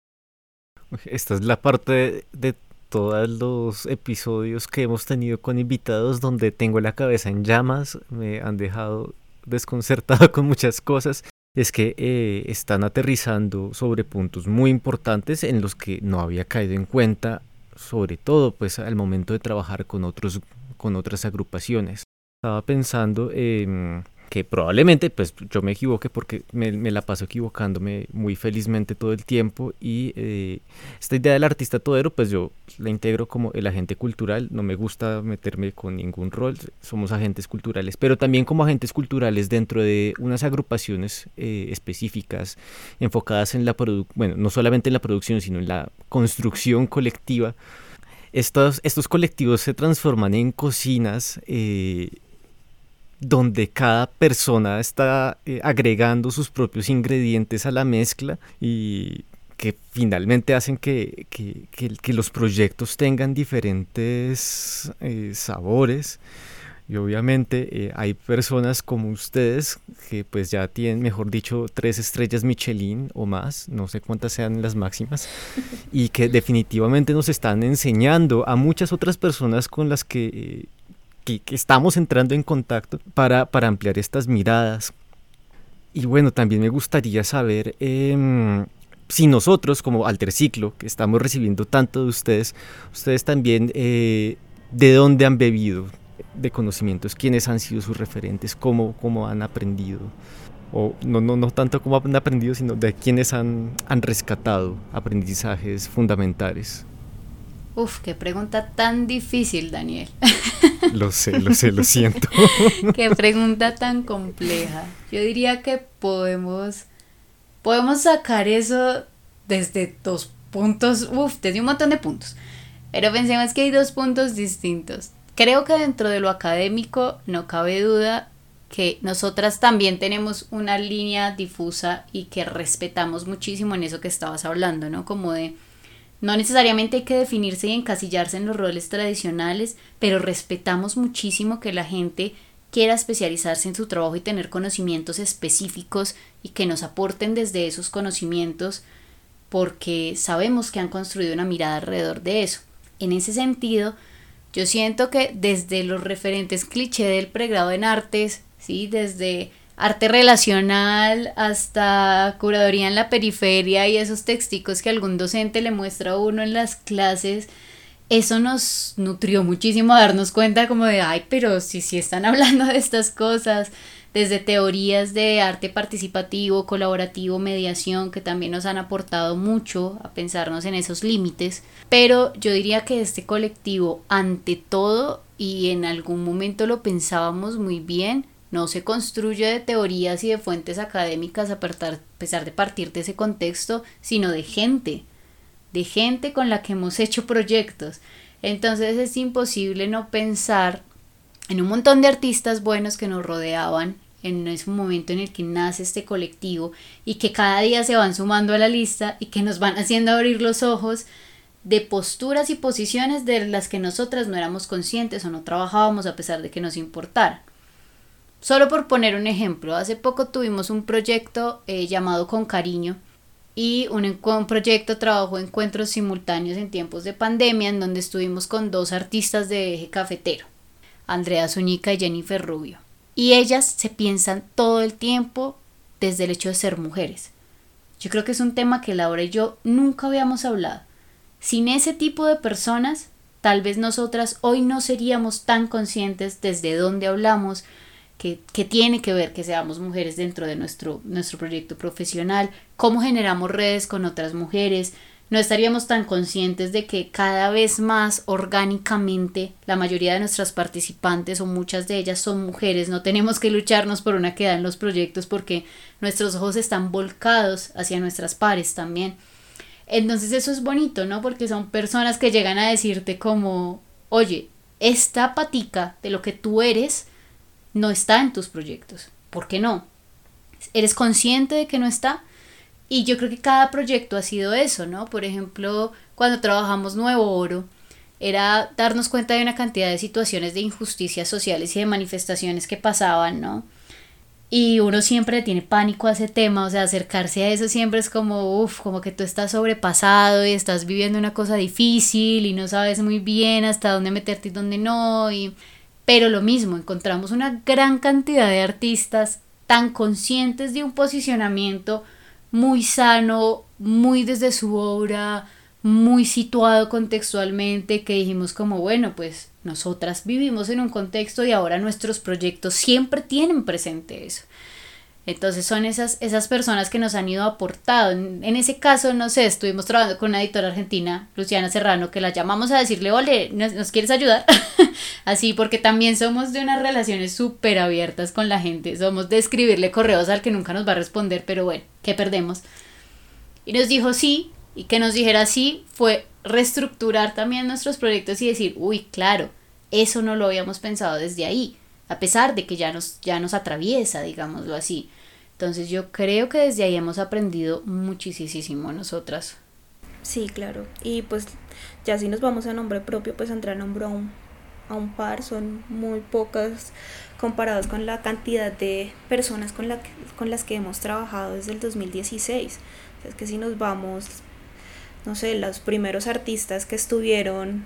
Speaker 1: Esta es la parte de, de todos los episodios que hemos tenido con invitados donde tengo la cabeza en llamas, me han dejado desconcertado con muchas cosas. Es que eh, están aterrizando sobre puntos muy importantes en los que no había caído en cuenta, sobre todo pues al momento de trabajar con otros, con otras agrupaciones. Estaba pensando en que probablemente pues yo me equivoque porque me, me la paso equivocándome muy felizmente todo el tiempo, y eh, esta idea del artista todero pues yo la integro como el agente cultural. No me gusta meterme con ningún rol, somos agentes culturales, pero también como agentes culturales dentro de unas agrupaciones eh, específicas enfocadas en la producción, bueno, no solamente en la producción sino en la construcción colectiva. Estos, estos colectivos se transforman en cocinas eh, donde cada persona está eh, agregando sus propios ingredientes a la mezcla, y que finalmente hacen que, que, que, que los proyectos tengan diferentes eh, sabores. Y obviamente eh, hay personas como ustedes que pues ya tienen, mejor dicho, tres estrellas Michelin o más, no sé cuántas sean las máximas, y que definitivamente nos están enseñando a muchas otras personas con las que... Eh, Que, que estamos entrando en contacto para, para ampliar estas miradas. Y bueno, también me gustaría saber eh, si nosotros como Alterciclo, que estamos recibiendo tanto de ustedes, ustedes también eh, de dónde han bebido de conocimientos, quiénes han sido sus referentes, cómo, cómo han aprendido. o no, no, no tanto como han aprendido, sino de quienes han, han rescatado aprendizajes fundamentales?
Speaker 4: Uf, qué pregunta tan difícil, Daniel.
Speaker 1: Lo sé, lo sé, lo siento.
Speaker 4: Qué pregunta tan compleja. Yo diría que podemos, podemos sacar eso desde dos puntos, uf, desde un montón de puntos. Pero pensemos que hay dos puntos distintos. Creo que dentro de lo académico no cabe duda que nosotras también tenemos una línea difusa y que respetamos muchísimo en eso que estabas hablando, ¿no? Como de no necesariamente hay que definirse y encasillarse en los roles tradicionales, pero respetamos muchísimo que la gente quiera especializarse en su trabajo y tener conocimientos específicos y que nos aporten desde esos conocimientos porque sabemos que han construido una mirada alrededor de eso. En ese sentido, yo siento que desde los referentes cliché del pregrado en artes, ¿sí? Desde arte relacional hasta curaduría en la periferia y esos texticos que algún docente le muestra a uno en las clases, eso nos nutrió muchísimo a darnos cuenta como de, ay, pero si sí están hablando de estas cosas, desde teorías de arte participativo, colaborativo, mediación, que también nos han aportado mucho a pensarnos en esos límites. Pero yo diría que este colectivo, ante todo, y en algún momento lo pensábamos muy bien, no se construye de teorías y de fuentes académicas a pesar de partir de ese contexto, sino de gente, de gente con la que hemos hecho proyectos. Entonces es imposible no pensar en un montón de artistas buenos que nos rodeaban en ese momento en el que nace este colectivo y que cada día se van sumando a la lista y que nos van haciendo abrir los ojos de posturas y posiciones de las que nosotras no éramos conscientes o no trabajábamos a pesar de que nos importara. Solo por poner un ejemplo, hace poco tuvimos un proyecto eh, llamado Con Cariño y un, un proyecto trabajo encuentros simultáneos en tiempos de pandemia en donde estuvimos con dos artistas de eje cafetero, Andrea Zúñiga y Jennifer Rubio. Y ellas se piensan todo el tiempo desde el hecho de ser mujeres. Yo creo que es un tema que Laura y yo nunca habíamos hablado. Sin ese tipo de personas, tal vez nosotras hoy no seríamos tan conscientes desde dónde hablamos, que, que tiene que ver que seamos mujeres dentro de nuestro, nuestro proyecto profesional, cómo generamos redes con otras mujeres. No estaríamos tan conscientes de que cada vez más orgánicamente la mayoría de nuestras participantes o muchas de ellas son mujeres. No tenemos que lucharnos por una queda en los proyectos porque nuestros ojos están volcados hacia nuestras pares también. Entonces eso es bonito, ¿no? Porque son personas que llegan a decirte como, oye, esta patica de lo que tú eres no está en tus proyectos. ¿Por qué no? ¿Eres consciente de que no está? Y yo creo que cada proyecto ha sido eso, ¿no? Por ejemplo, cuando trabajamos Nuevo Oro, era darnos cuenta de una cantidad de situaciones de injusticias sociales y de manifestaciones que pasaban, ¿no? Y uno siempre tiene pánico a ese tema, o sea, acercarse a eso siempre es como, uff, como que tú estás sobrepasado y estás viviendo una cosa difícil y no sabes muy bien hasta dónde meterte y dónde no. Y... Pero lo mismo, encontramos una gran cantidad de artistas tan conscientes de un posicionamiento muy sano, muy desde su obra, muy situado contextualmente, que dijimos como, bueno, pues nosotras vivimos en un contexto y ahora nuestros proyectos siempre tienen presente eso. Entonces son esas, esas personas que nos han ido aportando. En, en ese caso, no sé, estuvimos trabajando con una editora argentina, Luciana Serrano, que la llamamos a decirle, ole, ¿nos, nos quieres ayudar? Así, porque también somos de unas relaciones súper abiertas con la gente, somos de escribirle correos al que nunca nos va a responder, pero bueno, ¿qué perdemos? Y nos dijo sí, y que nos dijera sí fue reestructurar también nuestros proyectos y decir, uy, claro, eso no lo habíamos pensado desde ahí, a pesar de que ya nos, ya nos atraviesa, digámoslo así. Entonces yo creo que desde ahí hemos aprendido muchísimo nosotras.
Speaker 3: Sí, claro. Y pues ya si nos vamos a nombre propio, pues Andrea nombró a un, a un par, son muy pocas comparados con la cantidad de personas con, la que, con las que hemos trabajado desde el dos mil dieciséis. O sea, es que si nos vamos, no sé, los primeros artistas que estuvieron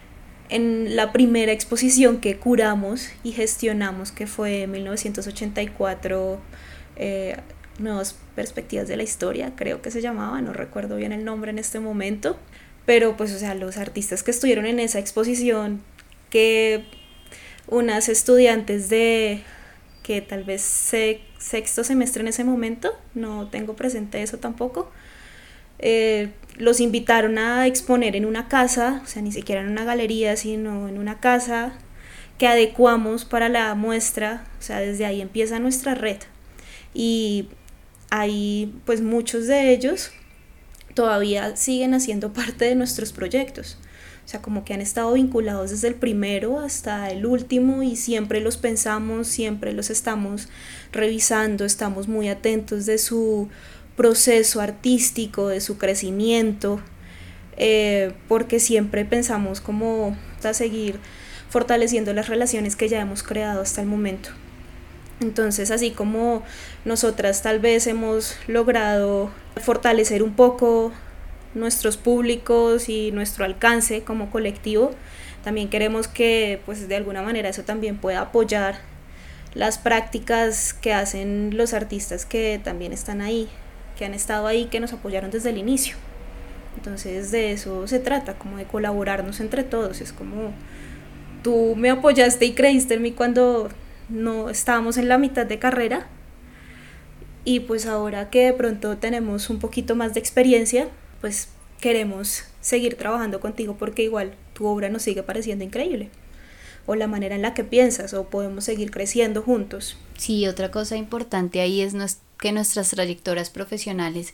Speaker 3: en la primera exposición que curamos y gestionamos, que fue en mil novecientos ochenta y cuatro, eh, Nuevas Perspectivas de la Historia, creo que se llamaba, no recuerdo bien el nombre en este momento, pero pues o sea, los artistas que estuvieron en esa exposición, que unas estudiantes de que tal vez se, sexto semestre en ese momento, no tengo presente eso tampoco. Eh, los invitaron a exponer en una casa, o sea, ni siquiera en una galería, sino en una casa que adecuamos para la muestra, o sea, desde ahí empieza nuestra red. Y ahí, pues muchos de ellos todavía siguen haciendo parte de nuestros proyectos. O sea, como que han estado vinculados desde el primero hasta el último y siempre los pensamos, siempre los estamos revisando, estamos muy atentos de su proceso artístico, de su crecimiento, eh, porque siempre pensamos como a seguir fortaleciendo las relaciones que ya hemos creado hasta el momento. Entonces, así como nosotras tal vez hemos logrado fortalecer un poco nuestros públicos y nuestro alcance como colectivo, también queremos que pues de alguna manera eso también pueda apoyar las prácticas que hacen los artistas que también están ahí, que han estado ahí, que nos apoyaron desde el inicio. Entonces de eso se trata, como de colaborarnos entre todos. Es como tú me apoyaste y creíste en mí cuando no estábamos en la mitad de carrera, y pues ahora que de pronto tenemos un poquito más de experiencia, pues queremos seguir trabajando contigo porque igual tu obra nos sigue pareciendo increíble, o la manera en la que piensas, o podemos seguir creciendo juntos.
Speaker 4: Sí, otra cosa importante ahí es que nuestras trayectorias profesionales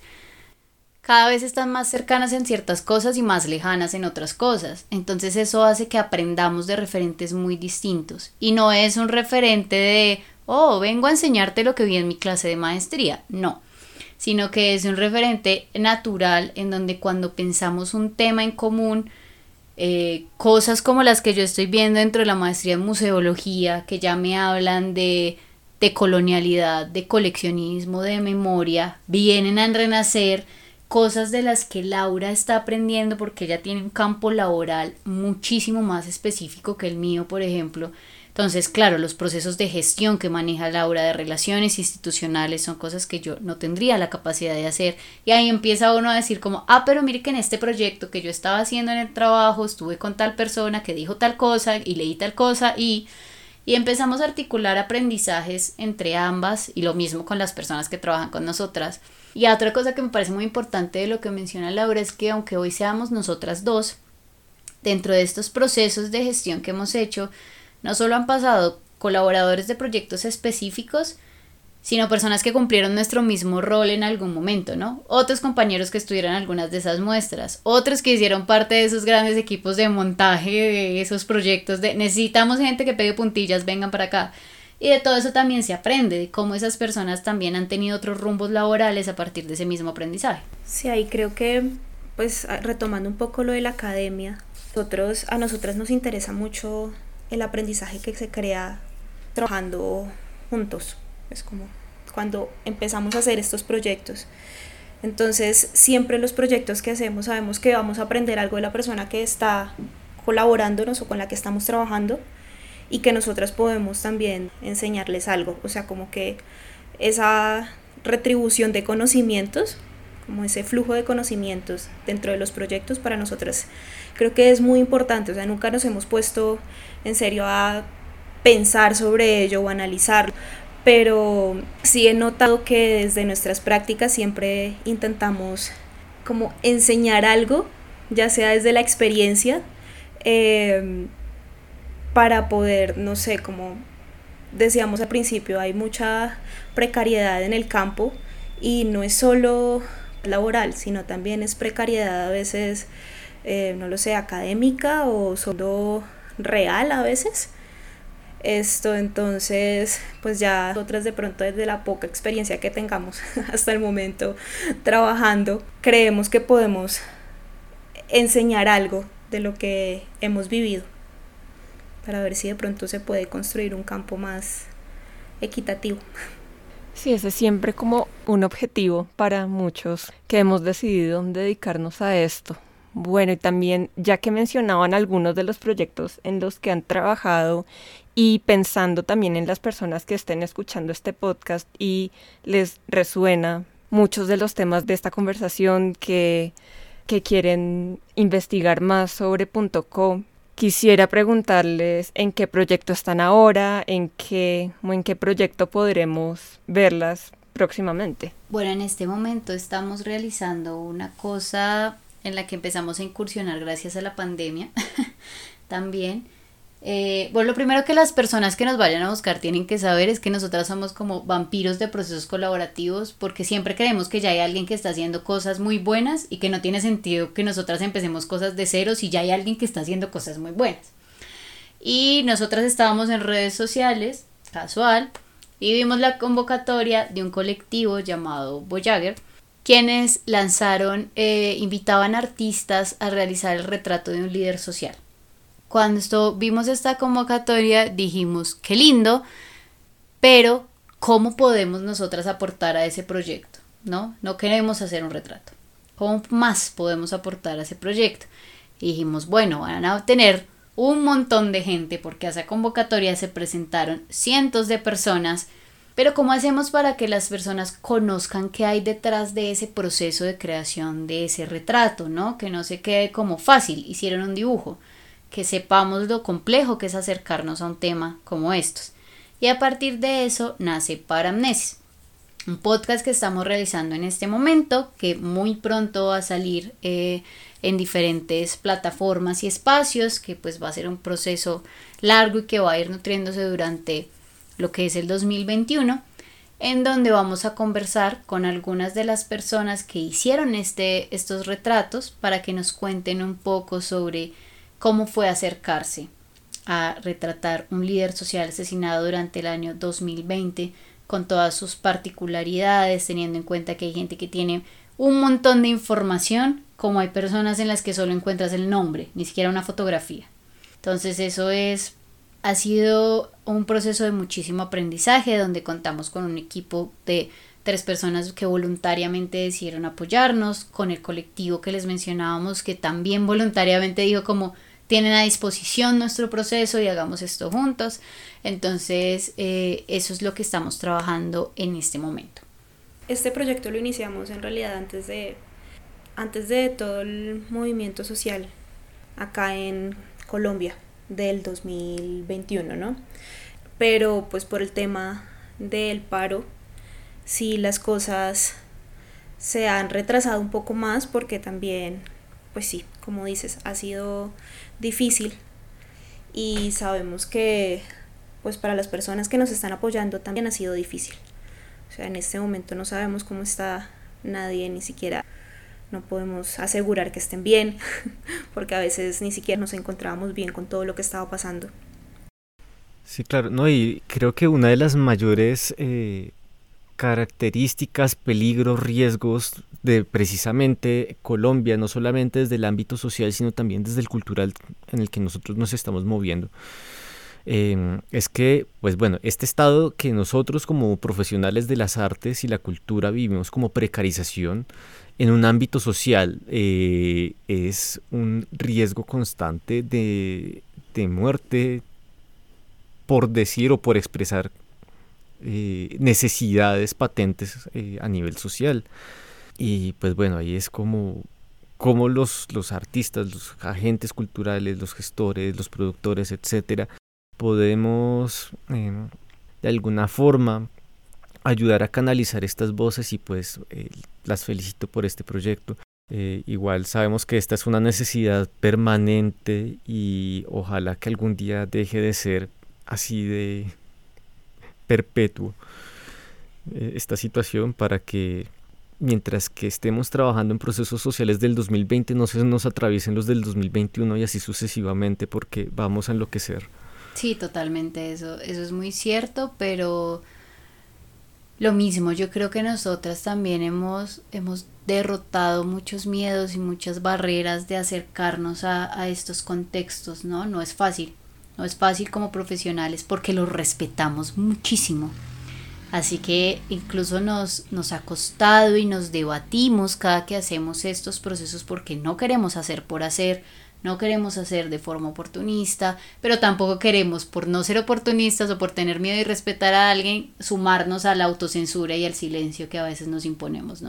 Speaker 4: cada vez están más cercanas en ciertas cosas y más lejanas en otras cosas. Entonces eso hace que aprendamos de referentes muy distintos. Y no es un referente de, oh, vengo a enseñarte lo que vi en mi clase de maestría. No, sino que es un referente natural en donde cuando pensamos un tema en común, eh, cosas como las que yo estoy viendo dentro de la maestría en museología, que ya me hablan de, de colonialidad, de coleccionismo, de memoria, vienen a renacer cosas de las que Laura está aprendiendo porque ella tiene un campo laboral muchísimo más específico que el mío, por ejemplo. Entonces, claro, los procesos de gestión que maneja Laura de relaciones institucionales son cosas que yo no tendría la capacidad de hacer. Y ahí empieza uno a decir como, ah, pero mire que en este proyecto que yo estaba haciendo en el trabajo estuve con tal persona que dijo tal cosa y leí tal cosa y... Y empezamos a articular aprendizajes entre ambas y lo mismo con las personas que trabajan con nosotras. Y otra cosa que me parece muy importante de lo que menciona Laura es que aunque hoy seamos nosotras dos, dentro de estos procesos de gestión que hemos hecho, no solo han pasado colaboradores de proyectos específicos, sino personas que cumplieron nuestro mismo rol en algún momento, ¿no? Otros compañeros que estuvieron en algunas de esas muestras, otros que hicieron parte de esos grandes equipos de montaje, de esos proyectos de necesitamos gente que pegue puntillas, vengan para acá. Y de todo eso también se aprende, de cómo esas personas también han tenido otros rumbos laborales a partir de ese mismo aprendizaje.
Speaker 3: Sí, ahí creo que, pues retomando un poco lo de la academia, nosotros, a nosotras nos interesa mucho el aprendizaje que se crea trabajando juntos. Es como cuando empezamos a hacer estos proyectos. Entonces, siempre los proyectos que hacemos sabemos que vamos a aprender algo de la persona que está colaborándonos o con la que estamos trabajando, y que nosotras podemos también enseñarles algo. O sea, como que esa retribución de conocimientos, como ese flujo de conocimientos dentro de los proyectos, para nosotras creo que es muy importante. O sea, nunca nos hemos puesto en serio a pensar sobre ello o analizarlo, pero sí he notado que desde nuestras prácticas siempre intentamos como enseñar algo, ya sea desde la experiencia, eh, para poder, no sé, como decíamos al principio, hay mucha precariedad en el campo y no es solo laboral, sino también es precariedad a veces, eh, no lo sé, académica o solo real a veces. Esto, entonces, pues ya nosotras de pronto desde la poca experiencia que tengamos hasta el momento trabajando, creemos que podemos enseñar algo de lo que hemos vivido para ver si de pronto se puede construir un campo más equitativo.
Speaker 2: Sí, ese es siempre como un objetivo para muchos que hemos decidido dedicarnos a esto. Bueno, y también, ya que mencionaban algunos de los proyectos en los que han trabajado y pensando también en las personas que estén escuchando este podcast y les resuena muchos de los temas de esta conversación, que, que quieren investigar más sobre punto co, quisiera preguntarles en qué proyecto están ahora, en qué, o en qué proyecto podremos verlas próximamente.
Speaker 4: Bueno, en este momento estamos realizando una cosa en la que empezamos a incursionar gracias a la pandemia también. Eh, bueno, lo primero que las personas que nos vayan a buscar tienen que saber es que nosotras somos como vampiros de procesos colaborativos, porque siempre creemos que ya hay alguien que está haciendo cosas muy buenas y que no tiene sentido que nosotras empecemos cosas de cero si ya hay alguien que está haciendo cosas muy buenas. Y nosotras estábamos en redes sociales, casual, y vimos la convocatoria de un colectivo llamado Voyager, quienes lanzaron, eh, invitaban artistas a realizar el retrato de un líder social. Cuando esto, vimos esta convocatoria dijimos, qué lindo, pero ¿cómo podemos nosotras aportar a ese proyecto? ¿No? No queremos hacer un retrato. ¿Cómo más podemos aportar a ese proyecto? Y dijimos, bueno, van a obtener un montón de gente porque a esa convocatoria se presentaron cientos de personas, pero ¿cómo hacemos para que las personas conozcan qué hay detrás de ese proceso de creación de ese retrato, ¿no? Que no se quede como fácil, hicieron un dibujo, que sepamos lo complejo que es acercarnos a un tema como estos. Y a partir de eso nace Paramnesis, un podcast que estamos realizando en este momento, que muy pronto va a salir eh, en diferentes plataformas y espacios, que pues va a ser un proceso largo y que va a ir nutriéndose durante lo que es el dos mil veintiuno, en donde vamos a conversar con algunas de las personas que hicieron este, estos retratos para que nos cuenten un poco sobre cómo fue acercarse a retratar un líder social asesinado durante el año dos mil veinte, con todas sus particularidades, teniendo en cuenta que hay gente que tiene un montón de información, como hay personas en las que solo encuentras el nombre, ni siquiera una fotografía. Entonces eso es, ha sido un proceso de muchísimo aprendizaje, donde contamos con un equipo de tres personas que voluntariamente decidieron apoyarnos, con el colectivo que les mencionábamos, que también voluntariamente dijo como, tienen a disposición nuestro proceso y hagamos esto juntos. Entonces eh, eso es lo que estamos trabajando en este momento.
Speaker 3: Este proyecto lo iniciamos en realidad antes de, antes de todo el movimiento social acá en Colombia del dos mil veintiuno, ¿no? Pero pues por el tema del paro, sí las cosas se han retrasado un poco más porque también, pues sí, como dices, ha sido difícil y sabemos que pues para las personas que nos están apoyando también ha sido difícil. O sea, en este momento no sabemos cómo está nadie, ni siquiera no podemos asegurar que estén bien, porque a veces ni siquiera nos encontrábamos bien con todo lo que estaba pasando.
Speaker 1: Sí, claro, no, y creo que una de las mayores eh, características, peligros, riesgos de precisamente Colombia, no solamente desde el ámbito social, sino también desde el cultural en el que nosotros nos estamos moviendo, eh, es que, pues bueno, este estado que nosotros como profesionales de las artes y la cultura vivimos como precarización en un ámbito social, eh, es un riesgo constante de, de muerte por decir o por expresar eh, necesidades patentes eh, a nivel social. Y pues bueno, ahí es como, como los, los artistas, los agentes culturales, los gestores, los productores, etcétera, podemos eh, de alguna forma ayudar a canalizar estas voces y pues eh, las felicito por este proyecto. Eh, igual sabemos que esta es una necesidad permanente y ojalá que algún día deje de ser así de perpetuo eh, esta situación, para que mientras que estemos trabajando en procesos sociales del dos mil veinte no se nos atraviesen los del dos mil veintiuno y así sucesivamente, porque vamos a enloquecer.
Speaker 4: Sí, totalmente, eso, eso es muy cierto, pero lo mismo, yo creo que nosotras también hemos, hemos derrotado muchos miedos y muchas barreras de acercarnos a, a estos contextos, ¿no? No es fácil, no es fácil como profesionales porque los respetamos muchísimo. Así que incluso nos, nos ha costado y nos debatimos cada que hacemos estos procesos porque no queremos hacer por hacer, no queremos hacer de forma oportunista, pero tampoco queremos, por no ser oportunistas o por tener miedo y respetar a alguien, sumarnos a la autocensura y al silencio que a veces nos imponemos, ¿no?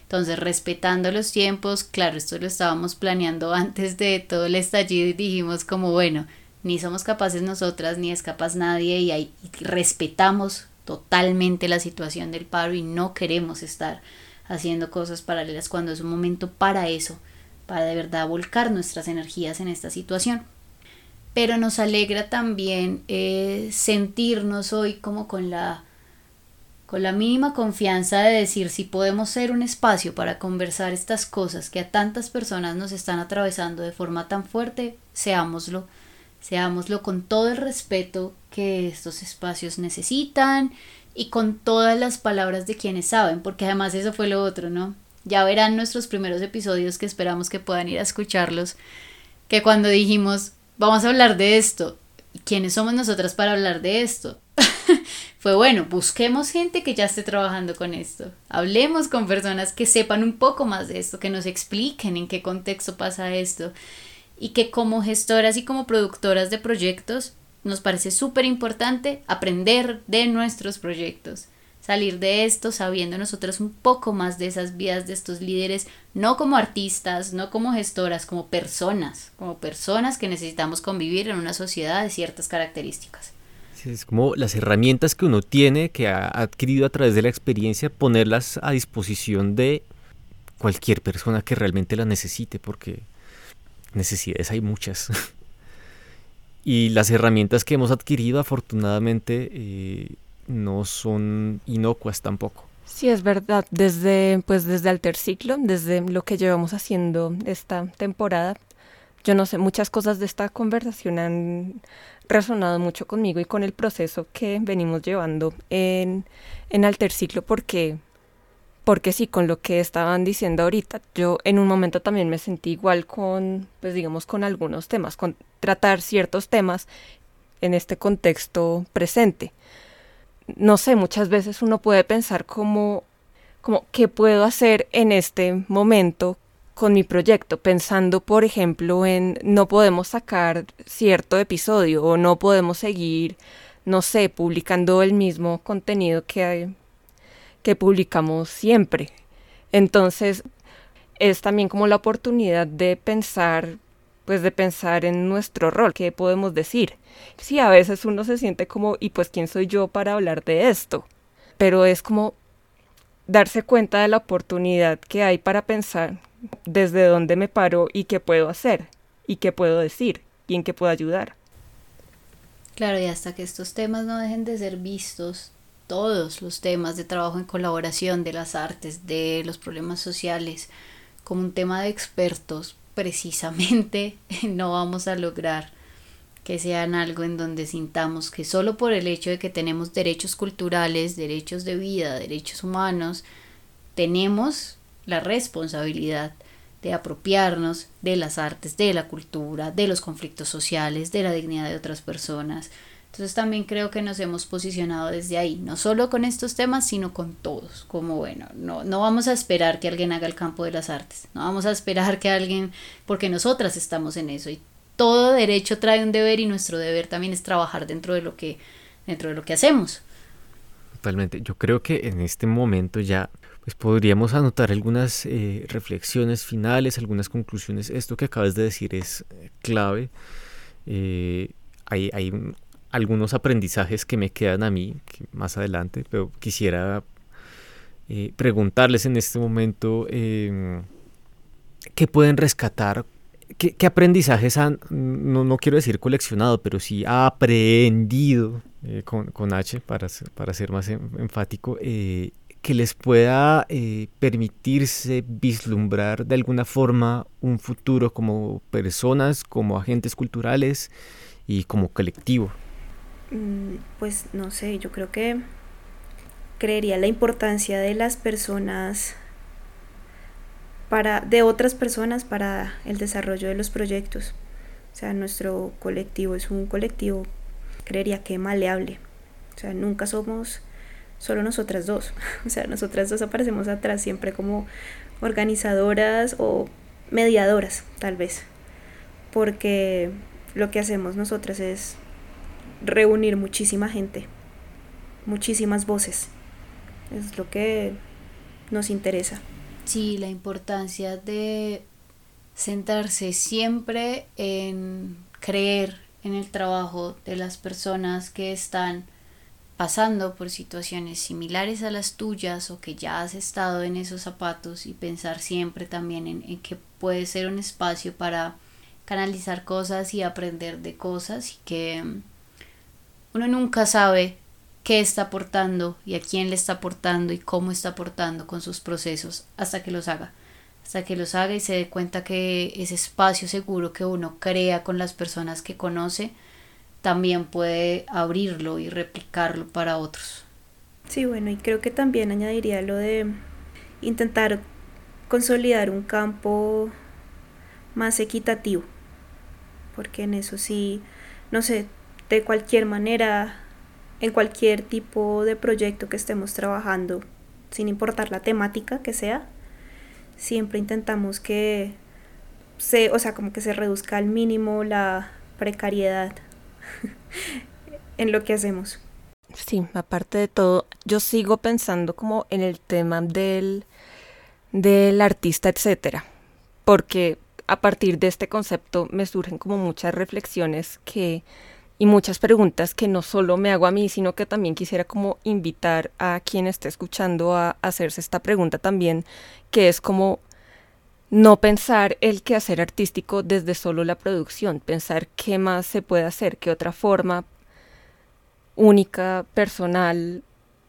Speaker 4: Entonces, respetando los tiempos, claro, esto lo estábamos planeando antes de todo el estallido y dijimos como, bueno, ni somos capaces nosotras, ni es capaz nadie y, ahí, y respetamos totalmente la situación del paro y no queremos estar haciendo cosas paralelas cuando es un momento para eso, para de verdad volcar nuestras energías en esta situación. Pero nos alegra también eh, sentirnos hoy como con la, con la mínima confianza de decir si podemos ser un espacio para conversar estas cosas que a tantas personas nos están atravesando de forma tan fuerte, seámoslo. Seámoslo con todo el respeto que estos espacios necesitan y con todas las palabras de quienes saben, porque además eso fue lo otro, ¿no? Ya verán nuestros primeros episodios que esperamos que puedan ir a escucharlos, que cuando dijimos, vamos a hablar de esto, ¿quiénes somos nosotras para hablar de esto? Fue bueno, busquemos gente que ya esté trabajando con esto, hablemos con personas que sepan un poco más de esto, que nos expliquen en qué contexto pasa esto. Y que como gestoras y como productoras de proyectos nos parece súper importante aprender de nuestros proyectos, salir de esto sabiendo nosotras un poco más de esas vidas de estos líderes, no como artistas, no como gestoras, como personas, como personas que necesitamos convivir en una sociedad de ciertas características.
Speaker 1: Sí, es como las herramientas que uno tiene, que ha adquirido a través de la experiencia, ponerlas a disposición de cualquier persona que realmente las necesite, porque necesidades hay muchas. Y las herramientas que hemos adquirido afortunadamente eh, no son inocuas tampoco.
Speaker 2: Sí, es verdad. Desde, pues desde Alterciclo, desde lo que llevamos haciendo esta temporada, yo no sé, muchas cosas de esta conversación han resonado mucho conmigo y con el proceso que venimos llevando en, en Alterciclo, porque Porque sí, con lo que estaban diciendo ahorita, yo en un momento también me sentí igual con, pues digamos, con algunos temas, con tratar ciertos temas en este contexto presente. No sé, muchas veces uno puede pensar como, como ¿qué puedo hacer en este momento con mi proyecto? Pensando, por ejemplo, en no podemos sacar cierto episodio o no podemos seguir, no sé, publicando el mismo contenido que hay, que publicamos siempre. Entonces es también como la oportunidad de pensar, pues de pensar en nuestro rol, qué podemos decir. Sí, a veces uno se siente como, y pues quién soy yo para hablar de esto, pero es como darse cuenta de la oportunidad que hay para pensar desde dónde me paro y qué puedo hacer, y qué puedo decir, y en qué puedo ayudar.
Speaker 4: Claro, y hasta que estos temas no dejen de ser vistos, todos los temas de trabajo en colaboración, de las artes, de los problemas sociales, como un tema de expertos, precisamente no vamos a lograr que sean algo en donde sintamos que solo por el hecho de que tenemos derechos culturales, derechos de vida, derechos humanos, tenemos la responsabilidad de apropiarnos de las artes, de la cultura, de los conflictos sociales, de la dignidad de otras personas. Entonces también creo que nos hemos posicionado desde ahí, no solo con estos temas, sino con todos, como bueno, no, no vamos a esperar que alguien haga el campo de las artes, no vamos a esperar que alguien, porque nosotras estamos en eso y todo derecho trae un deber y nuestro deber también es trabajar dentro de lo que, dentro de lo que hacemos.
Speaker 1: Totalmente, yo creo que en este momento ya pues podríamos anotar algunas eh, reflexiones finales, algunas conclusiones. Esto que acabas de decir es eh, clave, eh, hay, hay un algunos aprendizajes que me quedan a mí que más adelante, pero quisiera eh, preguntarles en este momento eh, qué pueden rescatar, qué, qué aprendizajes han, no, no quiero decir coleccionado, pero sí aprendido eh, con, con H para, para ser más enfático, eh, que les pueda eh, permitirse vislumbrar de alguna forma un futuro como personas, como agentes culturales y como colectivo.
Speaker 3: Pues no sé, yo creo que creería la importancia de las personas para, de otras personas para el desarrollo de los proyectos. O sea, nuestro colectivo es un colectivo, creería que maleable. O sea, nunca somos solo nosotras dos. O sea, nosotras dos aparecemos atrás siempre como organizadoras o mediadoras, tal vez. Porque lo que hacemos nosotras es reunir muchísima gente, muchísimas voces, es lo que nos interesa
Speaker 4: Sí, la importancia de centrarse siempre en creer en el trabajo de las personas que están pasando por situaciones similares a las tuyas o que ya has estado en esos zapatos, y pensar siempre también en, en que puede ser un espacio para canalizar cosas y aprender de cosas, y que uno nunca sabe qué está aportando y a quién le está aportando y cómo está aportando con sus procesos hasta que los haga. Hasta que los haga y se dé cuenta que ese espacio seguro que uno crea con las personas que conoce también puede abrirlo y replicarlo para otros.
Speaker 3: Sí, bueno, y creo que también añadiría lo de intentar consolidar un campo más equitativo, porque en eso sí, no sé, de cualquier manera, en cualquier tipo de proyecto que estemos trabajando, sin importar la temática que sea, siempre intentamos que se, o sea, como que se reduzca al mínimo la precariedad en lo que hacemos.
Speaker 2: Sí, aparte de todo, yo sigo pensando como en el tema del, del artista, etcétera, porque a partir de este concepto me surgen como muchas reflexiones que y muchas preguntas que no solo me hago a mí, sino que también quisiera como invitar a quien esté escuchando a hacerse esta pregunta también, que es como no pensar el quehacer artístico desde solo la producción, pensar qué más se puede hacer, qué otra forma única, personal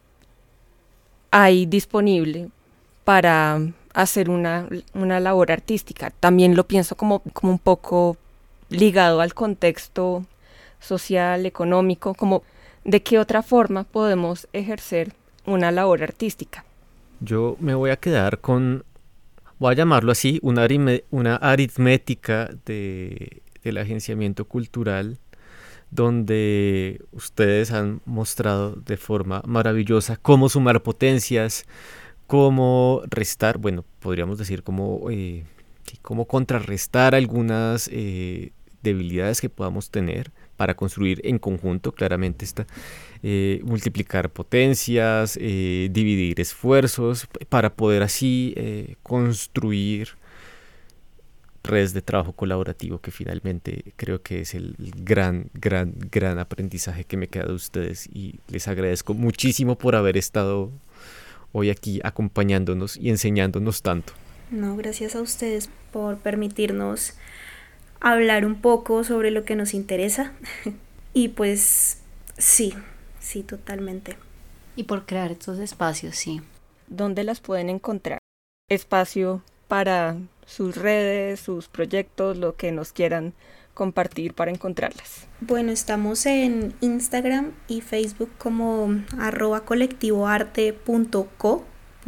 Speaker 2: hay disponible para hacer una, una labor artística. También lo pienso como, como un poco ligado al contexto social, económico, como de qué otra forma podemos ejercer una labor artística.
Speaker 1: Yo me voy a quedar con, voy a llamarlo así, una, arime, una aritmética de, del agenciamiento cultural, donde ustedes han mostrado de forma maravillosa cómo sumar potencias, cómo restar, bueno, podríamos decir cómo, eh, cómo contrarrestar algunas eh, debilidades que podamos tener para construir en conjunto, claramente está, eh, multiplicar potencias, eh, dividir esfuerzos, para poder así eh, construir redes de trabajo colaborativo, que finalmente creo que es el gran, gran, gran aprendizaje que me queda de ustedes, y les agradezco muchísimo por haber estado hoy aquí acompañándonos y enseñándonos tanto.
Speaker 3: No, gracias a ustedes por permitirnos hablar un poco sobre lo que nos interesa. Y pues sí, sí, totalmente.
Speaker 4: Y por crear estos espacios, sí.
Speaker 2: ¿Dónde las pueden encontrar? Espacio para sus redes, sus proyectos, lo que nos quieran compartir para encontrarlas.
Speaker 3: Bueno, estamos en Instagram y Facebook como arroba colectivoarte punto co.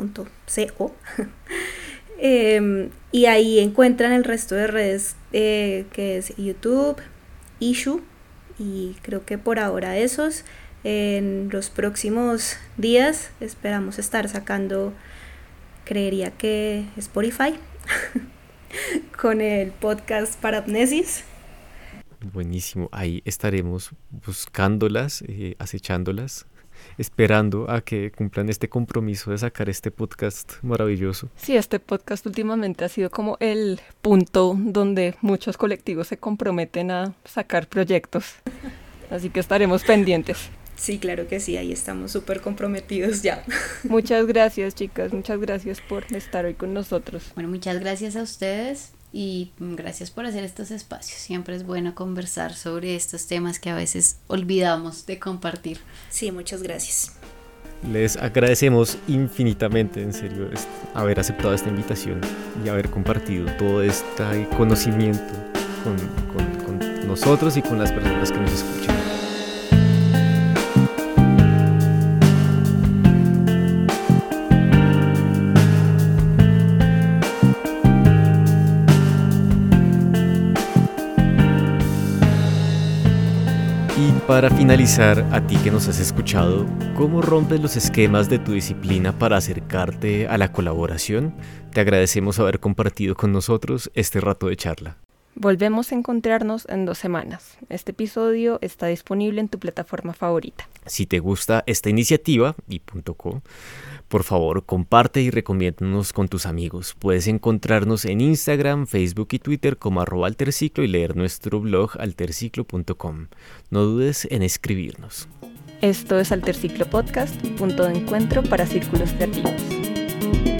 Speaker 3: eh, y ahí encuentran el resto de redes, eh, que es YouTube, Issue, y creo que por ahora esos. En los próximos días esperamos estar sacando, creería que Spotify, con el podcast Parapnesis.
Speaker 1: Buenísimo, ahí estaremos buscándolas, eh, acechándolas, esperando a que cumplan este compromiso de sacar este podcast maravilloso.
Speaker 2: Sí, este podcast últimamente ha sido como el punto donde muchos colectivos se comprometen a sacar proyectos, así que estaremos pendientes.
Speaker 3: Sí, claro que sí, ahí estamos súper comprometidos ya.
Speaker 2: Muchas gracias, chicas, muchas gracias por estar hoy con nosotros.
Speaker 4: Bueno, muchas gracias a ustedes y gracias por hacer estos espacios. Siempre es bueno conversar sobre estos temas que a veces olvidamos de compartir.
Speaker 3: Sí, muchas gracias.
Speaker 1: Les agradecemos infinitamente, en serio, haber aceptado esta invitación y haber compartido todo este conocimiento con, con, con nosotros y con las personas que nos escuchan. Para finalizar, a ti que nos has escuchado, ¿cómo rompes los esquemas de tu disciplina para acercarte a la colaboración? Te agradecemos haber compartido con nosotros este rato de charla.
Speaker 2: Volvemos a encontrarnos en dos semanas. Este episodio está disponible en tu plataforma favorita.
Speaker 1: Si te gusta esta iniciativa y punto co, por favor comparte y recomiéndanos con tus amigos. Puedes encontrarnos en Instagram, Facebook y Twitter como arroba alterciclo y leer nuestro blog alterciclo punto com. No dudes en escribirnos.
Speaker 2: Esto es Alterciclo Podcast, punto de encuentro para círculos creativos.